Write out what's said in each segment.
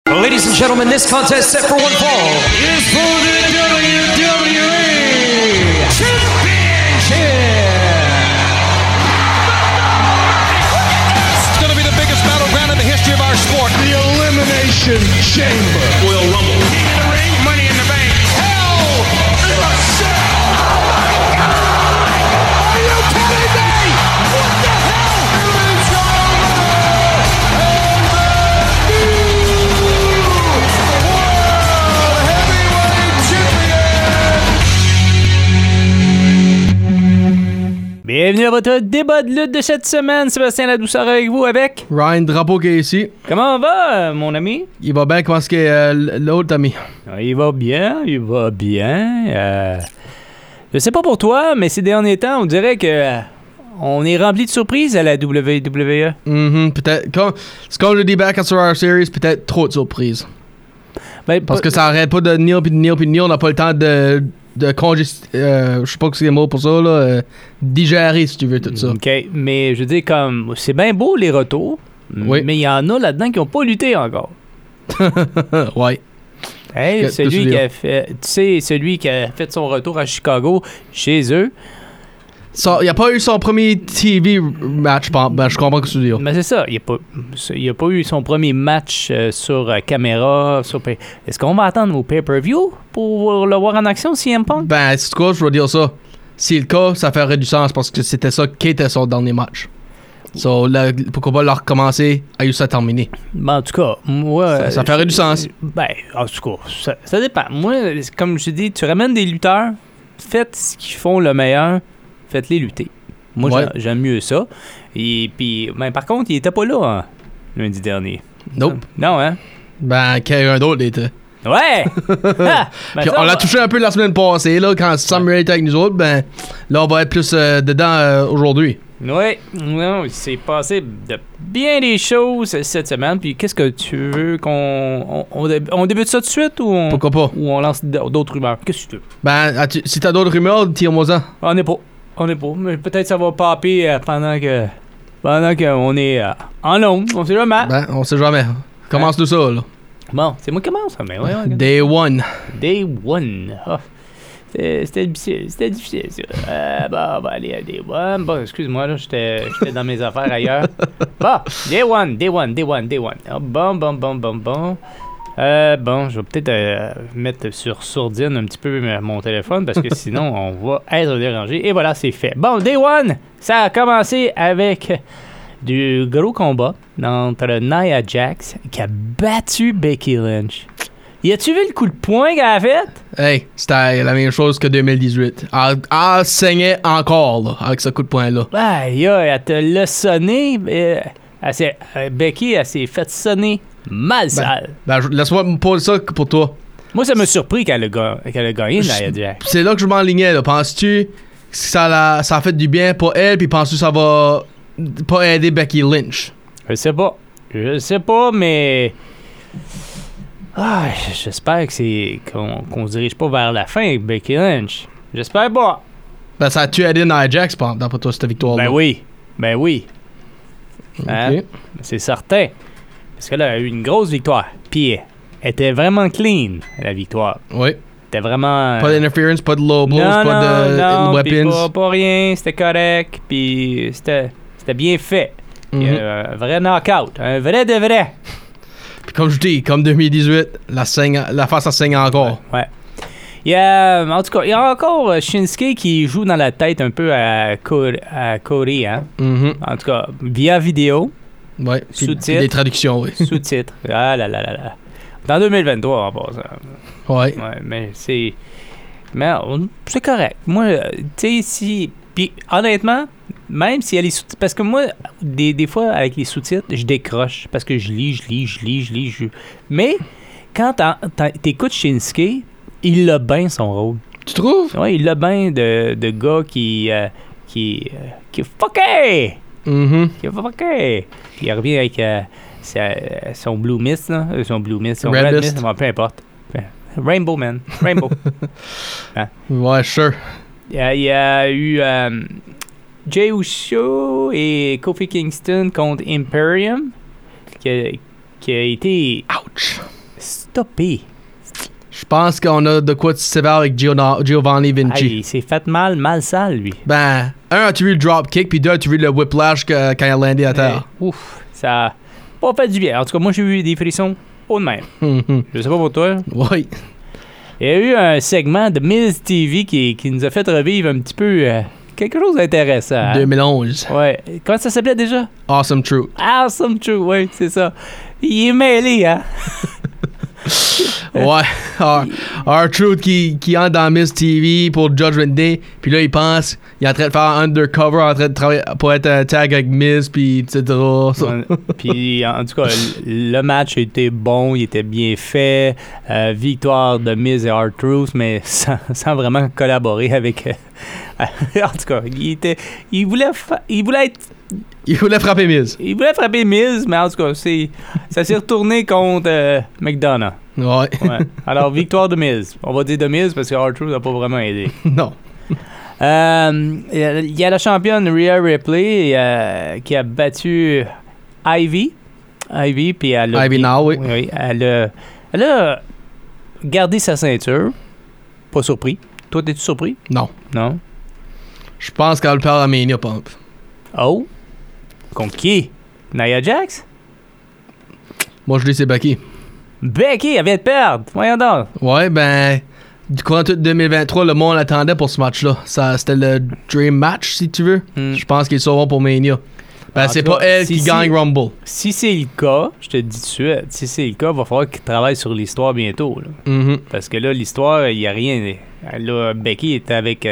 Ladies and gentlemen, this contest set for one fall is for the WWE Championship. It's going to be the biggest battleground in the history of our sport. The Elimination Chamber. Royal Rumble. King of the Ring, Money in the Bank. Hell in a Cell. Oh my God! Are you kidding me? What the hell? It's over! And the new World Heavyweight Champion! Bienvenue à votre débat de lutte de cette semaine. Sébastien Ladouceur avec vous avec... Ryan Drapeau qui est ici. Comment va, mon ami? Il va bien. Comment est-ce que l'autre ami? Il va bien, il va bien. Je sais pas pour toi, mais ces derniers temps, on dirait que on est rempli de surprises à la WWE. Peut-être. C'est comme je dis back à Survivor Series, peut-être trop de surprises. Ben, Parce que ça arrête pas de venir, puis de venir, puis de venir. On n'a pas le temps de je sais pas ce que c'est le mot pour ça, là. Digérer, si tu veux, tout ça. OK, mais je veux dire, comme, c'est bien beau les retours, Oui. mais il y en a là-dedans qui n'ont pas lutté encore. Ouais. Hey, Qu'est-ce que tu celui veux qui dire? a fait, tu sais, celui qui a fait son retour à Chicago, chez eux. Il a pas eu son premier TV match, je pense. Ben, je comprends ce que tu veux dire. Mais c'est ça, il a pas eu son premier match sur caméra. Est-ce qu'on va attendre au pay-per-view pour le voir en action, CM Punk? Ben, c'est quoi, je vais dire ça. Si le cas, ça ferait du sens parce que c'était ça qui était son dernier match. So, là, pourquoi pas le recommencer à eu ça terminé? Ben, en tout cas, moi... Ça ferait du sens. Ben, en tout cas, ça dépend. Moi, comme je te dis, tu ramènes des lutteurs, faites ce qu'ils font le meilleur, faites-les lutter. Moi, Ouais. j'aime mieux ça. Et puis, ben, par contre, il était pas là lundi dernier. Nope. Non, hein? Ben, quelqu'un d'autre était. Ouais! Ah! Ben, Puis ça, on l'a touché un peu la semaine passée, là, quand Sam Ray était avec nous autres, ben, là, on va être plus dedans aujourd'hui. Oui, non, il s'est passé de bien des choses cette semaine. Puis qu'est-ce que tu veux on débute ça tout de suite ou Pourquoi pas? ou on lance d'autres rumeurs? Qu'est-ce que tu veux? Ben, si t'as d'autres rumeurs, tire-moi ça. On n'est pas. Mais peut-être ça va popper pendant qu'on est en ondes. On sait jamais. Ben, on sait jamais. Commence tout ça, là. Bon, c'est moi qui commence. Mais ouais, Day one. Day one. Ah, c'était difficile, ça. Bon, aller à Day one. Bon, excuse-moi, là, j'étais dans mes affaires ailleurs. Bon, Day one. Ah, bon. Bon, je vais peut-être mettre sur sourdine un petit peu mon téléphone parce que sinon, on va être dérangé. Et voilà, c'est fait. Bon, Day one, ça a commencé avec du gros combat entre Nia Jax qui a battu Becky Lynch. Y a-tu vu le coup de poing qu'elle a fait? Hey, c'était la même chose que 2018. Elle saignait encore, là, avec ce coup de poing-là. Aïe, elle te l'a sonné. Becky, elle s'est fait sonner mal sale. Ben, laisse-moi me poser ça pour toi. Moi, ça m'a surpris qu'elle a gagné, Nia Jax. C'est là que je m'enlignais, là. Penses-tu que ça a fait du bien pour elle, puis penses-tu que ça va pas aider Becky Lynch? Je sais pas, mais... Ah, j'espère qu'on se dirige pas vers la fin avec Becky Lynch. J'espère pas. Ben, ça a-tu aidé Nia Jax, d'après toi, cette victoire-là? Ben oui. Hein? Ok. C'est certain. Parce que là, elle a eu une grosse victoire. Puis, elle était vraiment clean, la victoire. Oui. C'était vraiment... Pas d'interference, pas de low blows, pas de puis weapons. pas rien, c'était correct, puis c'était bien fait. Il y a un vrai knockout, un vrai de vrai. Puis comme je dis, comme 2018, la face à saigne encore. Ouais. En tout cas, il y a encore Shinsuke qui joue dans la tête un peu à Cody, hein? En tout cas, via vidéo, Ouais. Puis Sous-titres. des traductions, oui. sous-titres. Ah là là là là. Dans 2023, en passant. Ouais. Ouais, mais c'est... Mais c'est correct. Moi, tu sais, Puis, honnêtement, même si elle est sous-titres... Parce que moi, des fois, avec les sous-titres, je décroche. Parce que je lis. Mais, quand t'écoutes Shinsuke, il a bien son rôle. Tu trouves? Ouais, il a bien de gars qui est fucké! Qui est fucké! Puis il revient avec son Blue Mist, là. Son Blue Mist, son Red Red Mist. Mist, peu importe. Rainbow, man. Rainbow. Hein? Ouais, sure. Il y a eu Jey Uso et Kofi Kingston contre Imperium qui a été Ouch. Stoppé. Je pense qu'on a de quoi de sévère avec Giovanni Vinci. Hey, il s'est fait mal sale, lui. Ben, as-tu vu le dropkick, puis deux, as-tu vu le whiplash quand il a landé à terre? Ouf, ça a pas fait du bien. En tout cas, moi, j'ai eu des frissons pas de même. Je sais pas pour toi. Oui. Il y a eu un segment de Miz TV qui nous a fait revivre un petit peu quelque chose d'intéressant. Hein? 2011. Ouais. Comment ça s'appelait déjà? Awesome Truth. Awesome Truth, oui, c'est ça. Il est mêlé, hein? Ouais. R-Truth qui entre dans Miss TV pour Judgment Day, puis là, il pense, il est en train de faire un undercover, en train de travailler pour être un tag avec Miz, puis etc. Puis, en tout cas, le match était bon, il était bien fait. Victoire de Miz et R-Truth, mais sans vraiment collaborer avec... en tout cas, il voulait frapper Miz. Il voulait frapper Miz, mais en tout cas, ça s'est retourné contre McDonough. Ouais. Alors, victoire de Miz. On va dire de Miz parce que R-Truth n'a pas vraiment aidé. Non. Il y a la championne Rhea Ripley qui a battu Ivy. Puis elle a... Ivy Now, oui. Oui, elle a gardé sa ceinture. Pas surpris. Toi, t'es-tu surpris? Non. Non? Je pense qu'elle parle à Mania Pump. Oh? Contre qui? Nia Jax? Moi, je dis c'est Becky. Becky, elle vient de perdre. Voyons donc. Ouais, ben... Du coup, en tout 2023, le monde l'attendait pour ce match-là. C'était le Dream Match, si tu veux. Je pense qu'il est souvent pour Mania. Ben, c'est pas elle qui gagne Rumble. Si c'est le cas, je te le dis tout de suite, si c'est le cas, il va falloir qu'il travaille sur l'histoire bientôt. Là. Parce que là, l'histoire, il n'y a rien. Là, Becky était avec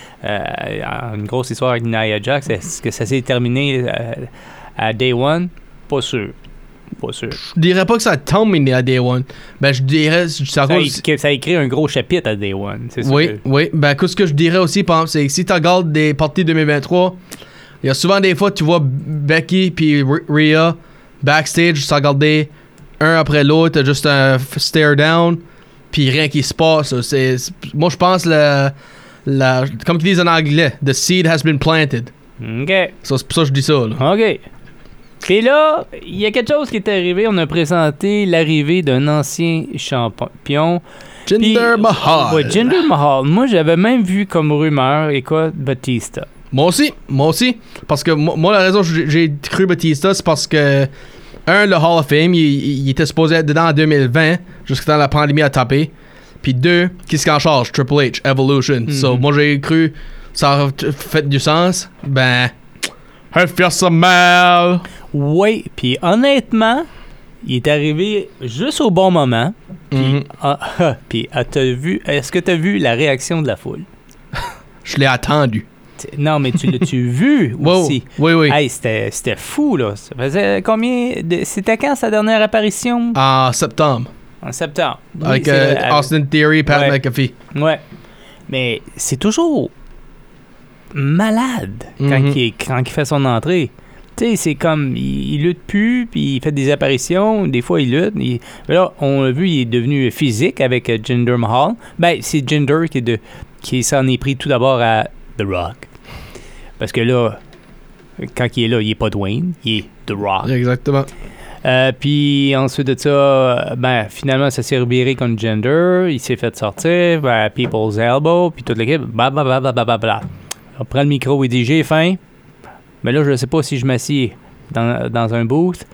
une grosse histoire avec Nia Jax. Est-ce que ça s'est terminé à Day One? Pas sûr. Je dirais pas que ça a terminé à Day One. Ben, je dirais... Ça a écrit un gros chapitre à Day One. C'est oui. Ben, ce que je dirais aussi, par exemple, c'est que si tu regardes des parties 2023... Il y a souvent des fois, tu vois Becky puis Rhea backstage, se regarder un après l'autre, t'as juste un stare down, puis rien qui se passe. Moi, je pense, comme ils disent en anglais, the seed has been planted. OK. C'est pour ça que je dis ça. Là. OK. Et là, il y a quelque chose qui est arrivé. On a présenté l'arrivée d'un ancien champion. Jinder Mahal. Ouais, Jinder Mahal. Moi, j'avais même vu comme rumeur, Batista. Moi aussi. Parce que moi, la raison que j'ai cru Batista, c'est parce que, le Hall of Fame, il était supposé être dedans en 2020, jusqu'à temps la pandémie a tapé. Puis deux, qu'est-ce qu'en charge? Triple H, Evolution. So, moi, j'ai cru, ça a fait du sens. Ben, elle fait ça mal. Oui, puis honnêtement, il est arrivé juste au bon moment. Puis, est-ce que tu as vu la réaction de la foule? Je l'ai attendu. Non, mais tu l'as-tu vu aussi? Oui. Hey, c'était fou, là. Ça faisait combien... C'était quand sa dernière apparition? En septembre. En septembre. Avec Austin Theory, Pat McAfee. Ouais. Mais c'est toujours malade quand il fait son entrée. Tu sais, c'est comme... Il lutte plus, puis il fait des apparitions. Des fois, il lutte. Là, on l'a vu, il est devenu physique avec Jinder Mahal. Ben, c'est Jinder qui s'en est pris tout d'abord à The Rock. Parce que là, quand il est là, il est pas Dwayne, il est The Rock. Exactement. Puis ensuite de ça, finalement, ça s'est reviré contre Jinder. Il s'est fait sortir, People's Elbow, puis toute l'équipe, blablabla. On prend le micro, il dit « J'ai faim ». Mais là, je ne sais pas si je m'assieds dans un booth.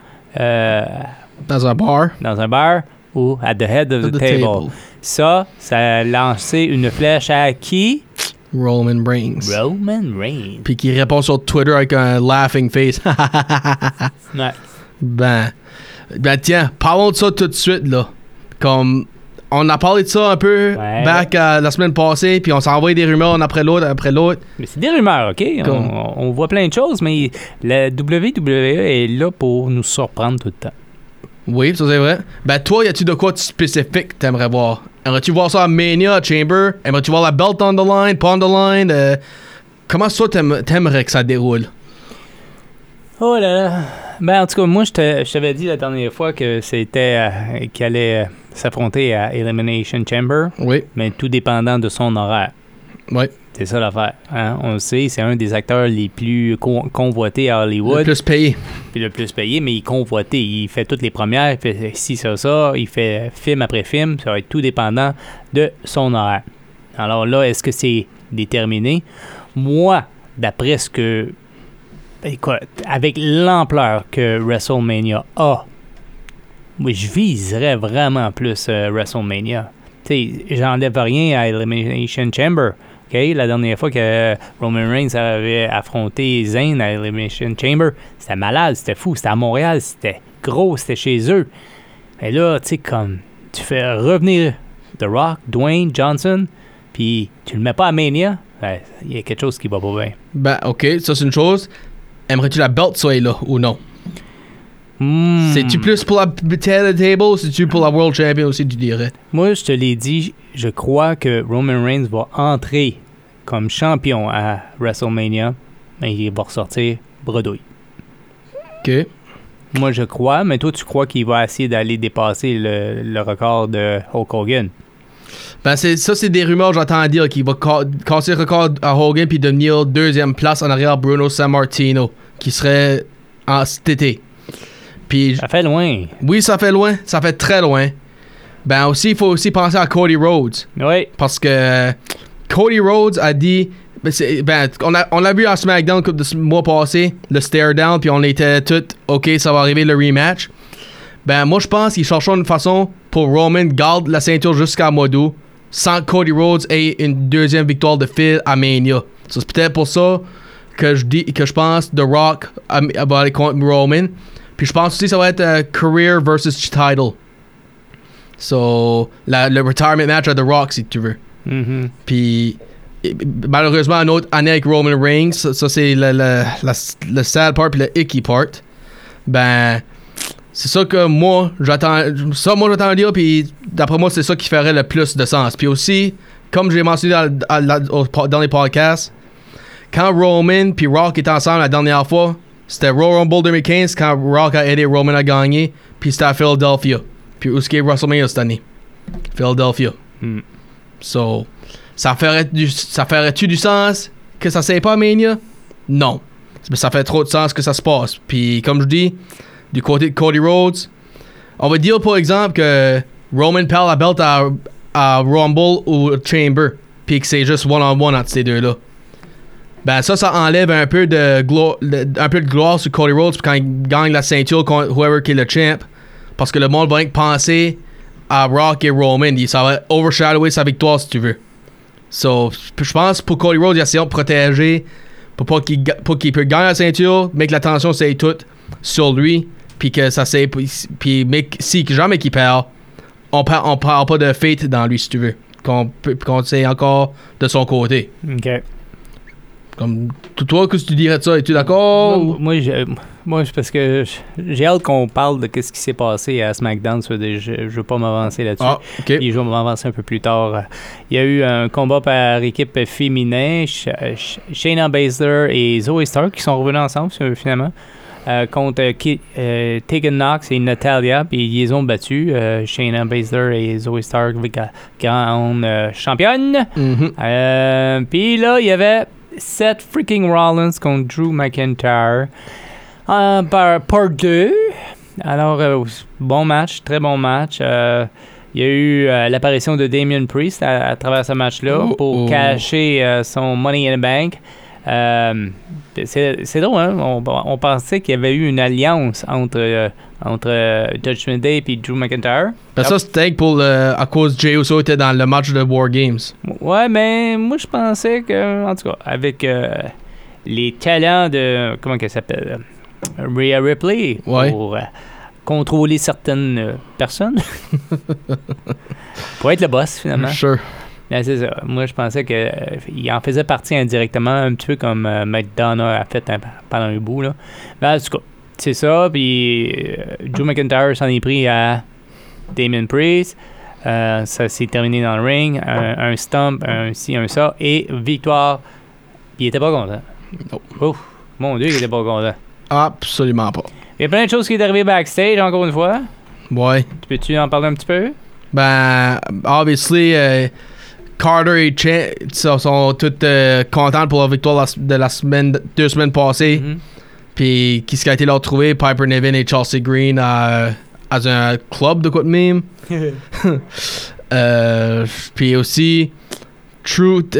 Dans un bar. Dans un bar ou at the head of the table. Ça a lancé une flèche à qui? Roman Reigns. Puis qui répond sur Twitter avec un laughing face. Ouais. Ben tiens, parlons de ça tout de suite, là. Comme, on a parlé de ça un peu back la semaine passée, puis on s'est envoyé des rumeurs un après l'autre. Mais c'est des rumeurs, OK? On voit plein de choses, mais la WWE est là pour nous surprendre tout le temps. Oui, ça c'est vrai. Ben toi, y a-tu de quoi de spécifique t'aimerais voir? Aimerais-tu voir ça à Mania, à Chamber? Aimerais-tu voir la belt on the line, pas on the line? Comment ça t'aimerais que ça déroule? Oh là là. Ben en tout cas, moi je t'avais dit la dernière fois que c'était qu'il allait s'affronter à Elimination Chamber. Oui. Mais tout dépendant de son horaire. Oui. C'est ça l'affaire. Hein? On le sait, c'est un des acteurs les plus convoités à Hollywood. Le plus payé. Puis le plus payé, mais il est convoité. Il fait toutes les premières, il fait ci, ça. Il fait film après film. Ça va être tout dépendant de son horaire. Alors là, est-ce que c'est déterminé? Moi, d'après ce que... Écoute, avec l'ampleur que WrestleMania a, oui, je viserais vraiment plus WrestleMania. Tu sais, j'enlève rien à Elimination Chamber. Okay? La dernière fois que Roman Reigns avait affronté Zayn à Elimination Chamber, c'était malade, c'était fou, c'était à Montréal, c'était gros, c'était chez eux. Et là, tu sais, comme tu fais revenir The Rock, Dwayne Johnson, puis tu le mets pas à Mania, il y a quelque chose qui va pas bien. Ben, OK, ça c'est une chose. Aimerais-tu la belt soit là ou non? C'est-tu plus pour la table ou c'est-tu pour la World Champion aussi, tu dirais? Moi, je te l'ai dit, je crois que Roman Reigns va entrer comme champion à WrestleMania, mais il va ressortir bredouille. OK. Moi, je crois, mais toi, tu crois qu'il va essayer d'aller dépasser le record de Hulk Hogan? Ben, c'est des rumeurs, j'entends dire qu'il va casser le record à Hogan puis devenir deuxième place en arrière Bruno Sammartino, qui serait en cet été. Puis, ça fait loin. Oui, ça fait loin. Ça fait très loin. Ben aussi, il faut aussi penser à Cody Rhodes. Oui. Parce que Cody Rhodes a dit... on l'a vu à SmackDown le mois passé, le stare down, puis on était tous, OK, ça va arriver le rematch. Ben moi, je pense qu'ils cherchent une façon pour Roman garde la ceinture jusqu'à mois d'août, sans que Cody Rhodes ait une deuxième victoire de fil à Mania. So, c'est peut-être pour ça que je pense The Rock va aller contre Roman. Puis je pense aussi que ça va être career versus title. So, le retirement match à The Rock, si tu veux. Mm-hmm. Puis, malheureusement, une autre année avec Roman Reigns, ça c'est le sad part puis le icky part. Ben, c'est ça que moi, j'attends dire, puis d'après moi, c'est ça qui ferait le plus de sens. Puis aussi, comme j'ai mentionné dans les podcasts, quand Roman puis Rock étaient ensemble la dernière fois, c'était Royal Rumble 2015 quand Rock a aidé Roman à gagner, puis c'était à Philadelphia. Puis où ce qui est WrestleMania cette année? Philadelphia. So, ça ferait-tu du sens que ça s'aille pas à Mania? Non. Mais ça fait trop de sens que ça se passe. Puis comme je dis, du côté de Cody Rhodes, on va dire par exemple que Roman perd la belt à Rumble ou Chamber, puis que c'est juste one-on-one entre ces deux-là. Ben ça enlève un peu de gloire sur Cody Rhodes quand il gagne la ceinture contre whoever qui est le champ. Parce que le monde va penser à Rock et Roman. Ça va overshadower sa victoire si tu veux. So, je pense pour Cody Rhodes, il essaie de protéger pour pas qu'il peut gagner la ceinture, mais que l'attention s'aille toute sur lui. Puis que ça s'aille. Puis si jamais qu'il perd, on parle pas de fate dans lui si tu veux. Qu'on sait encore de son côté. OK. Comme toi, qu'est-ce que tu dirais de ça? Es-tu d'accord? Moi, parce que j'ai hâte qu'on parle de ce qui s'est passé à SmackDown. Je veux pas m'avancer là-dessus. Ah, OK. Et je vais m'avancer un peu plus tard. Il y a eu un combat par équipe féminin. Shayna Baszler et Zoe Stark qui sont revenus ensemble, finalement, contre Tegan Knox et Natalya. Puis ils les ont battus. Shayna Baszler et Zoe Stark, grande championne. Mm-hmm. Puis là, il y avait Seth freaking Rollins contre Drew McIntyre par 2. Alors, bon match, très bon match. Il y a eu l'apparition de Damian Priest à travers ce match-là pour cacher son Money in the Bank. C'est drôle, hein? On pensait qu'il y avait eu une alliance entre Judgment Day et Drew McIntyre. Ben ça, c'était à cause Jey Uso était dans le match de War Games. Ouais, mais moi, je pensais que, en tout cas, avec les talents de... Comment qu'elle s'appelle? Rhea Ripley. Ouais. Pour contrôler certaines personnes. Pour être le boss, finalement. Sure. Ben, c'est ça. Moi, je pensais qu'il en faisait partie indirectement, un petit peu comme McDonough a fait pendant un bout. Là. Ben, en tout cas, c'est ça. Puis Drew McIntyre s'en est pris à Damian Priest. Ça s'est terminé dans le ring. Un stomp, un ci, un ça. Et victoire. Puis il était pas content. Non. Ouf, mon Dieu, il était pas content. Absolument pas. Il y a plein de choses qui est arrivé backstage, encore une fois. Ouais. Peux-tu en parler un petit peu? Ben, obviously, Carter et Chen sont tous contents pour la victoire de la semaine, 2 semaines passées. Puis, qui a été leur trouvé? Piper Niven et Chelsea Green à un club de quoi de même. Puis aussi, Truth,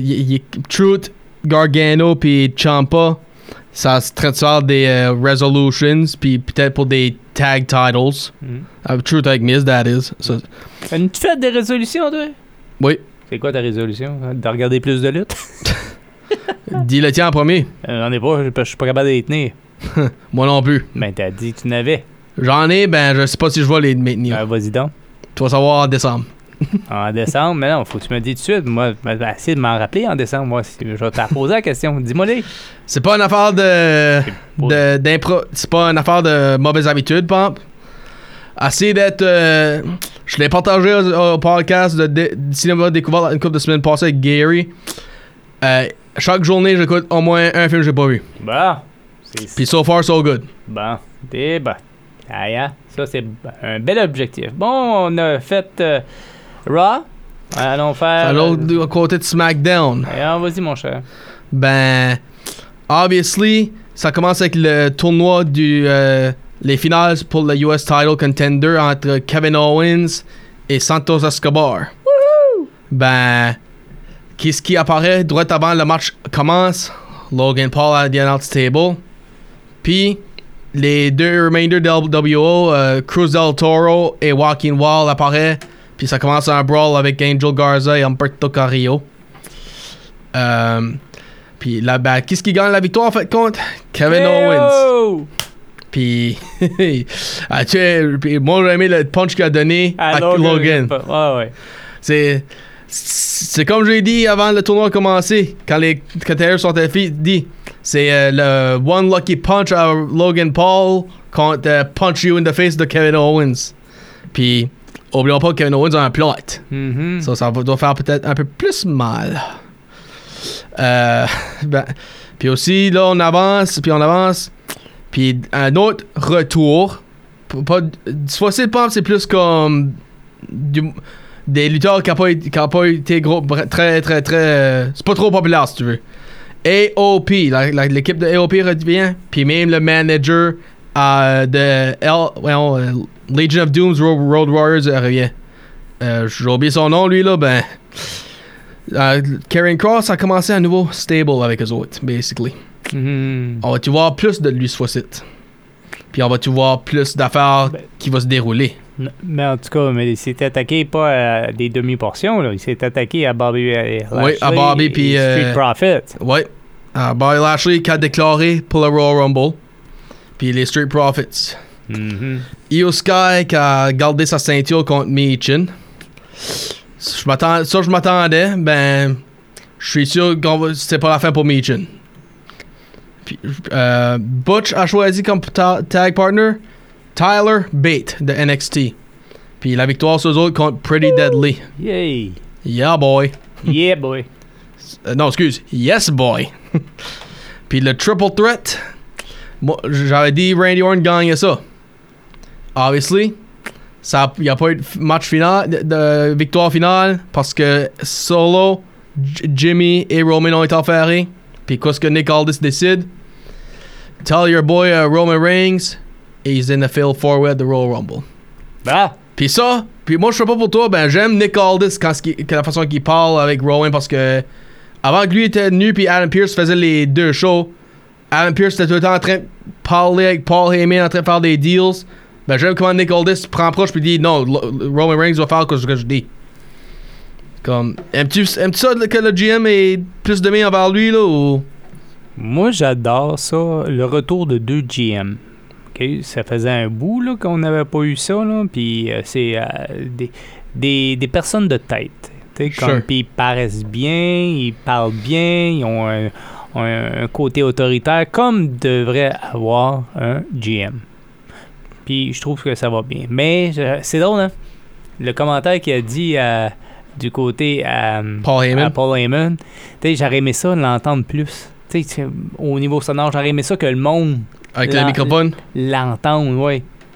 Gargano puis Ciampa, ça se traite ça des resolutions, puis peut-être pour des tag titles. Truth avec Miz, that is. So, Tu fais des résolutions, toi? oui. C'est quoi ta résolution? De regarder plus de lutte? Dis le tien en premier. J'en ai pas, je suis pas capable de les tenir. Moi non plus. Ben, t'as dit que tu n'avais. J'en ai, ben je sais pas si je vais les maintenir. Vas-y donc. Tu vas savoir en décembre. En décembre, mais non, faut que tu me dises tout de suite. Moi, je vais essayer de m'en rappeler en décembre. Moi, je vais te poser la question. Dis-moi-les. C'est pas une affaire d'impro. C'est pas une affaire de mauvaise habitude, Pomp. Assez d'être. Je l'ai partagé au podcast de Cinéma Découvert une couple de semaines passées avec Gary. Chaque journée, j'écoute au moins un film que j'ai pas vu. Bon. Puis so far, so good. Bon. T'es bon. Aïe, hein? Ça, c'est un bel objectif. Bon, on a fait Raw. Allons faire. À l'autre côté de SmackDown. Vas-y, mon cher. Ben, obviously, ça commence avec le tournoi les finales pour le US Title Contender entre Kevin Owens et Santos Escobar. Woohoo! Ben, qu'est-ce qui apparaît droit avant le match commence? Logan Paul à the announce table. Puis, les deux remainders de LWO, Cruz del Toro et Joaquin Wall apparaissent. Puis ça commence un brawl avec Angel Garza et Humberto Carrillo. Puis là, qu'est-ce qui gagne la victoire en fait contre? Kevin Owens. Puis, moi j'ai aimé le punch qu'il a donné à Logan. Ouais. C'est comme j'ai dit avant le tournoi a commencé, quand les contenders sont dit, c'est le one lucky punch à Logan Paul contre punch you in the face de Kevin Owens. Puis, oublions pas que Kevin Owens a un plot. Ça doit faire peut-être un peu plus mal. Puis aussi, là, on avance. Puis un autre retour. Cette fois-ci, c'est plus comme des lutteurs qui n'ont pas été gros, très, c'est pas trop populaire, si tu veux. AOP, l'équipe de AOP revient. Puis même le manager de Legion of Doom's Road Warriors revient. J'ai oublié son nom, lui, là, ben. Karrion Kross a commencé un nouveau stable avec eux autres, basically. On va-tu voir plus de lui ce fois-ci? Puis on va-tu voir plus d'affaires qui vont se dérouler? Mais en tout cas, il s'est attaqué pas à des demi-portions, là. Il s'est attaqué à Bobby Lashley. Oui, à Bobby puis Street Profits. Oui. Bobby Lashley qui a déclaré pour le Royal Rumble. Puis les Street Profits. Io Sky qui a gardé sa ceinture contre Michin. Je m'attendais, ben, je suis sûr que c'est pas la fin pour Michin. Puis, Butch a choisi comme tag partner Tyler Bate de NXT. Puis la victoire sur eux autres contre Pretty Deadly. Yay! Yeah, boy. Yeah, boy. Non, excuse. Yes, boy. Puis le Triple Threat, moi, j'avais dit Randy Orton gagnait ça. Obviously. Il n'y a pas eu de match final, de victoire finale, parce que Solo, Jimmy et Roman ont été affairés. Puis qu'est-ce que Nick Aldis décide? Tell your boy Roman Reigns, he's in the Fatal 4-Way at the Royal Rumble. Bah! Puis moi je sais pas pour toi, ben j'aime Nick Aldis que la façon qu'il parle avec Roman, parce que avant que lui était venu puis Adam Pearce faisait les deux shows, Adam Pearce était tout le temps en train de parler avec Paul Heyman, en train de faire des deals. Ben j'aime comment Nick Aldis prend proche puis dit non, Roman Reigns va faire ce que je dis. Comme, aimes-tu ça que le GM ait plus de main envers lui, là, ou? Moi, j'adore ça, le retour de 2 GM. Okay? Ça faisait un bout, là, qu'on n'avait pas eu ça, là, puis c'est des personnes de tête. Puis ils paraissent bien, ils parlent bien, ils ont un côté autoritaire, comme devrait avoir un GM. Puis je trouve que ça va bien. Mais c'est drôle, hein? Le commentaire qu'il a dit du côté Paul Heyman, j'aurais aimé ça l'entendre plus. Au niveau sonore, j'aurais aimé ça que le monde avec le microphone l'entende, oui.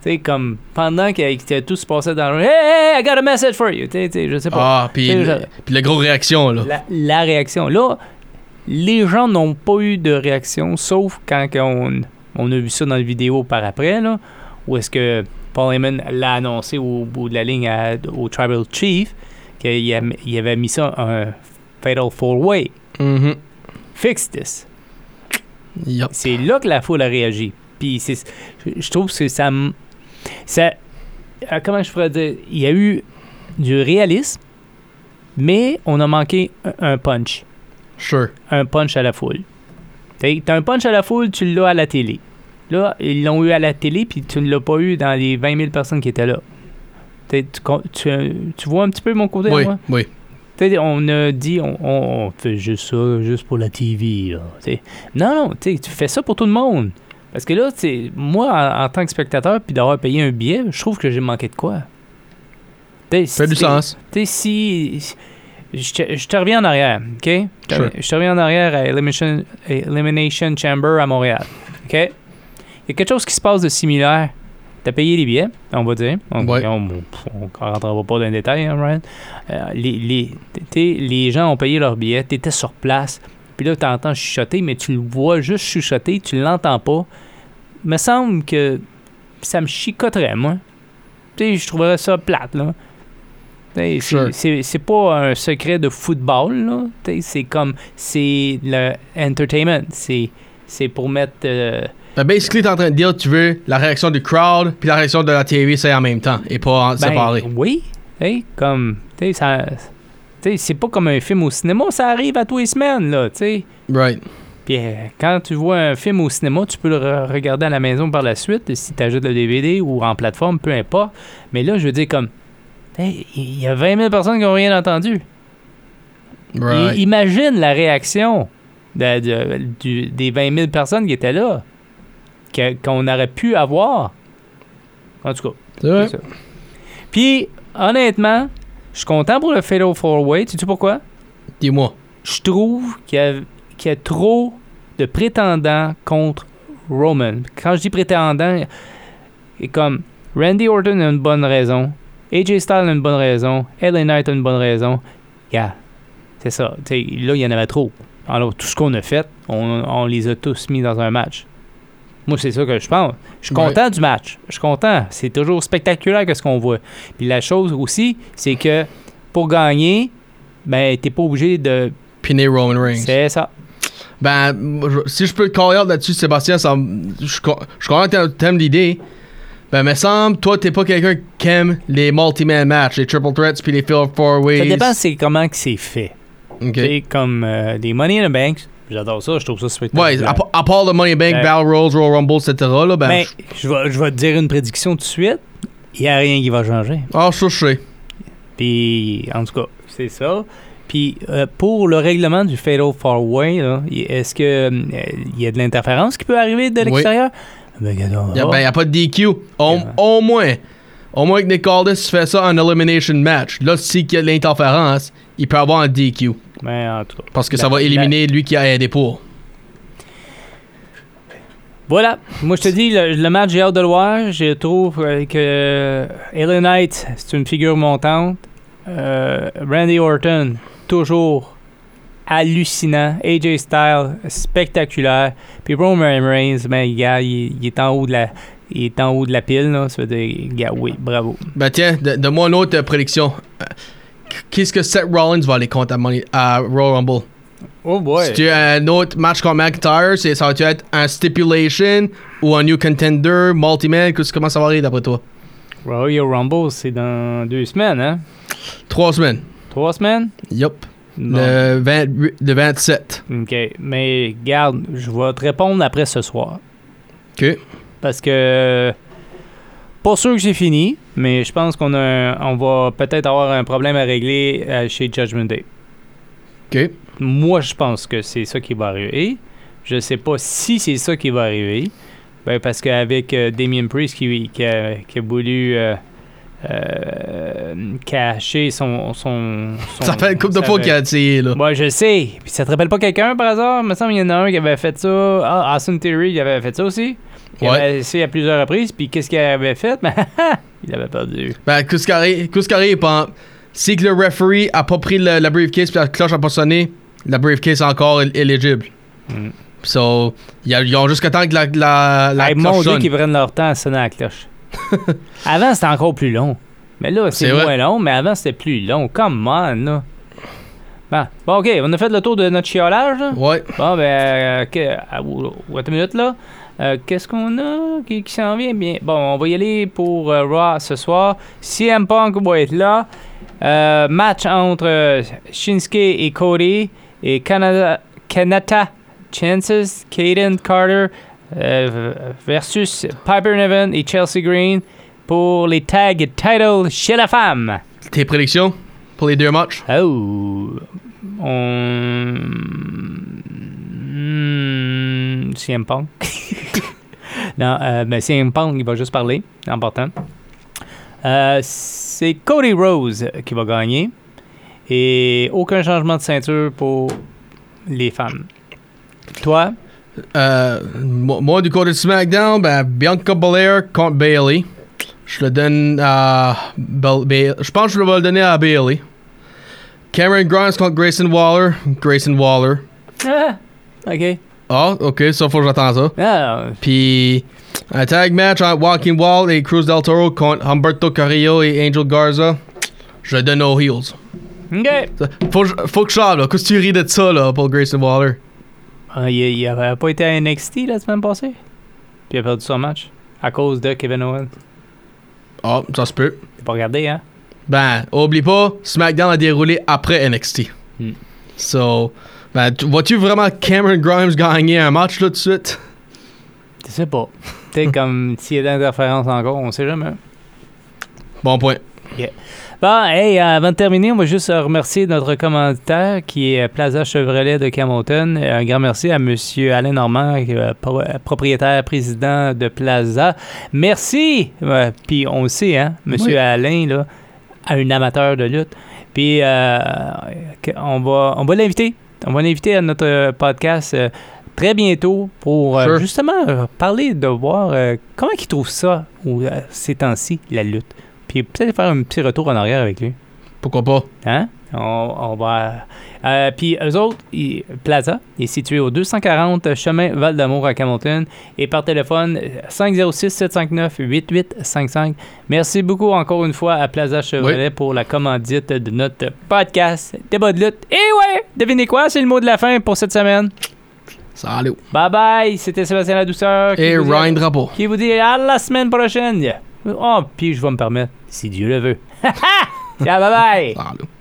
sais, comme pendant que tout se passait dans le Hey, I got a message for you. Tu sais, je sais pas. Ah, puis la grosse réaction, là. La réaction. Là, les gens n'ont pas eu de réaction, sauf quand on a vu ça dans la vidéo par après, là, où est-ce que Paul Heyman l'a annoncé au bout de la ligne au Tribal Chief qu'il avait mis ça un Fatal 4-Way. Mm-hmm. Fix this. Yep. C'est là que la foule a réagi. Puis je trouve que ça comment je pourrais dire, il y a eu du réalisme, mais on a manqué un punch. Sure. Un punch à la foule. T'as un punch à la foule, tu l'as à la télé. Là, ils l'ont eu à la télé, puis tu ne l'as pas eu dans les 20 000 personnes qui étaient là. Tu vois un petit peu mon côté à moi? Oui. T'sais, on a dit, on fait juste ça, juste pour la TV. Là, non, tu fais ça pour tout le monde. Parce que là, moi, en tant que spectateur, puis d'avoir payé un billet, je trouve que j'ai manqué de quoi. Ça fait du sens. Si je te reviens en arrière, OK? Sure. Je te reviens en arrière à Elimination Chamber à Montréal, OK? Il y a quelque chose qui se passe de similaire. T'as payé les billets, on va dire. On rentrera pas dans les détails, hein, Ryan. Les gens ont payé leurs billets, t'étais sur place. Puis là, t'entends chuchoter, mais tu le vois juste chuchoter, tu l'entends pas. Il me semble que ça me chicoterait, moi. Je trouverais ça plate, là. Sure. C'est pas un secret de football, là. C'est le entertainment. C'est pour mettre... basically, t'es en train de dire que tu veux la réaction du crowd puis la réaction de la TV, c'est en même temps et pas séparés. Oui. C'est pas comme un film au cinéma, ça arrive à tous les semaines, là, tu sais. Right. Puis quand tu vois un film au cinéma, tu peux le regarder à la maison par la suite, si tu ajoutes le DVD ou en plateforme, peu importe. Mais là, je veux dire, comme, il y a 20 000 personnes qui n'ont rien entendu. Right. Imagine la réaction des 20 000 personnes qui étaient là, qu'on aurait pu avoir. En tout cas, c'est vrai. ça. Puis, honnêtement, je suis content pour le Fatal 4-Way. Tu sais pourquoi? Dis-moi. Je trouve qu'il y a trop de prétendants contre Roman. Quand je dis prétendants, c'est comme Randy Orton a une bonne raison, AJ Styles a une bonne raison, LA Knight a une bonne raison. C'est ça. T'sais, là, il y en avait trop. Alors, tout ce qu'on a fait, on les a tous mis dans un match. Moi, c'est ça que je pense. Je suis content du match. Je suis content. C'est toujours spectaculaire que ce qu'on voit. Puis la chose aussi, c'est que pour gagner, ben, t'es pas obligé de... Piner Roman Reigns. C'est ça. Ben, si je peux te call out là-dessus, Sébastien, je suis content que t'aimes l'idée. Ben, me semble, toi, t'es pas quelqu'un qui aime les multi-man matchs, les triple threats puis les fatal four ways. Ça dépend c'est comment que c'est fait. OK. C'est comme les Money in the Bank. J'adore ça, je trouve ça spectaculaire. Ouais, à part le Money Bank, Battle Rolls, Royal Rumble, etc. Là, ben, mais je vais te dire une prédiction tout de suite. Il n'y a rien qui va changer. Ah, je sais. Puis, en tout cas, c'est ça. Puis, pour le règlement du Fatal 4-Way, est-ce que il y a de l'interférence qui peut arriver de l'extérieur? Oui. Il n'y a pas de DQ. Au moins que Nick Aldis fait ça en Elimination Match. Là, s'il y a de l'interférence, il peut avoir un DQ. Mais en tout cas, parce que ça va éliminer lui qui a aidé pour. Voilà. Moi, je te dis, le match, j'ai hâte de le voir. Je trouve que LA Knight, c'est une figure montante. Randy Orton, toujours hallucinant. AJ Styles, spectaculaire. Puis Roman Reigns, ben, il est en haut de la pile. Là. Ça veut dire, oui, bravo. Ben tiens, de moi une autre prédiction. Qu'est-ce que Seth Rollins va aller contre à Royal Rumble? Oh boy. Si tu as un autre match contre McIntyre, ça va être un stipulation ou un new contender, multi-man? Comment ça va aller d'après toi? Royal Rumble, c'est dans 2 semaines, hein? 3 semaines. 3 semaines? Yup. Bon. Le 27. OK. Mais garde, je vais te répondre après ce soir. OK. Parce que... Pas sûr que j'ai fini, mais je pense on va peut-être avoir un problème à régler chez Judgment Day. OK. Moi, je pense que c'est ça qui va arriver. Je sais pas si c'est ça qui va arriver. Ben, parce qu'avec Damien Priest qui a voulu cacher son ça fait une couple de fois qu'il a tiré, là. Ouais, je sais. Puis ça te rappelle pas quelqu'un par hasard? Il me semble qu'il y en a un qui avait fait ça. Ah, Austin Theory, il avait fait ça aussi. Il avait essayé à plusieurs reprises, puis qu'est-ce qu'il avait fait? Il avait perdu. Ben, qu'est-ce qui arrive, si que le referee a pas pris la briefcase puis la cloche a pas sonné, la briefcase est encore éligible. So, ils ont jusqu'à temps que la cloche Mon Dieu sonne. qu'ils prennent leur temps à sonner la cloche. Avant, c'était encore plus long. Mais là, c'est moins long, mais avant, c'était plus long. Come on, là. Bon, OK, on a fait le tour de notre chiolage, là. Ouais. Bon, ben, attends une minute, là. Qu'est-ce qu'on a qui s'en vient bien? Bon, on va y aller pour Raw ce soir. CM Punk va être là. Match entre Shinsuke et Cody et Kanata Chances, Caden Carter versus Piper Niven et Chelsea Green pour les tag titles chez la femme. Tes prédictions pour les deux matchs? Oh, CM Punk. Non, mais CM Punk, il va juste parler, en partant. C'est Cody Rhodes qui va gagner. Et aucun changement de ceinture pour les femmes. Toi? Moi, du côté de SmackDown, ben, Bianca Belair contre Bayley. Je le donne à je pense que je vais le donner à Bayley. Cameron Grimes contre Grayson Waller. Grayson Waller. Ah, OK. Ah, ok, ça faut que j'attends ça. Ah, Puis un tag match entre Joaquin Wall et Cruz del Toro contre Humberto Carrillo et Angel Garza. Je le donne aux Heels. OK. Faut que je sache, là. Qu'est-ce que tu ris de ça, là, pour Grayson Waller? Il avait pas été à NXT la semaine passée. Puis il a perdu son match à cause de Kevin Owens. Ah, ça se peut. T'as pas regardé, hein? Ben, oublie pas, SmackDown a déroulé après NXT. So, ben, vois-tu vraiment Cameron Grimes gagner un match là tout de suite? Je sais pas. Tu sais, comme s'il y a d'interférences encore, on sait jamais. Bon point. Yeah. Bon, hey, avant de terminer, on va juste remercier notre commanditaire qui est Plaza Chevrolet de Camoton. Un grand merci à M. Alain Normand, propriétaire, président de Plaza. Merci! Puis on le sait, hein, M. Alain, là, un amateur de lutte. Puis on va l'inviter. On va l'inviter à notre podcast très bientôt pour justement parler de voir comment il trouve ça ces temps-ci, la lutte. Puis peut-être faire un petit retour en arrière avec lui. Pourquoi pas? Hein? On va... puis eux autres, Plaza est situé au 240 chemin Val-d'Amour à Camoton et par téléphone 506-759-8855. Merci beaucoup encore une fois à Plaza Chevrolet pour la commandite de notre podcast Débat de lutte. Et ouais, devinez quoi? C'est le mot de la fin pour cette semaine. Salut. Bye bye, c'était Sébastien Ladouceur. Et Ryan Drapeau. Qui vous dit à la semaine prochaine. Oh, puis je vais me permettre, si Dieu le veut. Ciao, bye bye. Salut.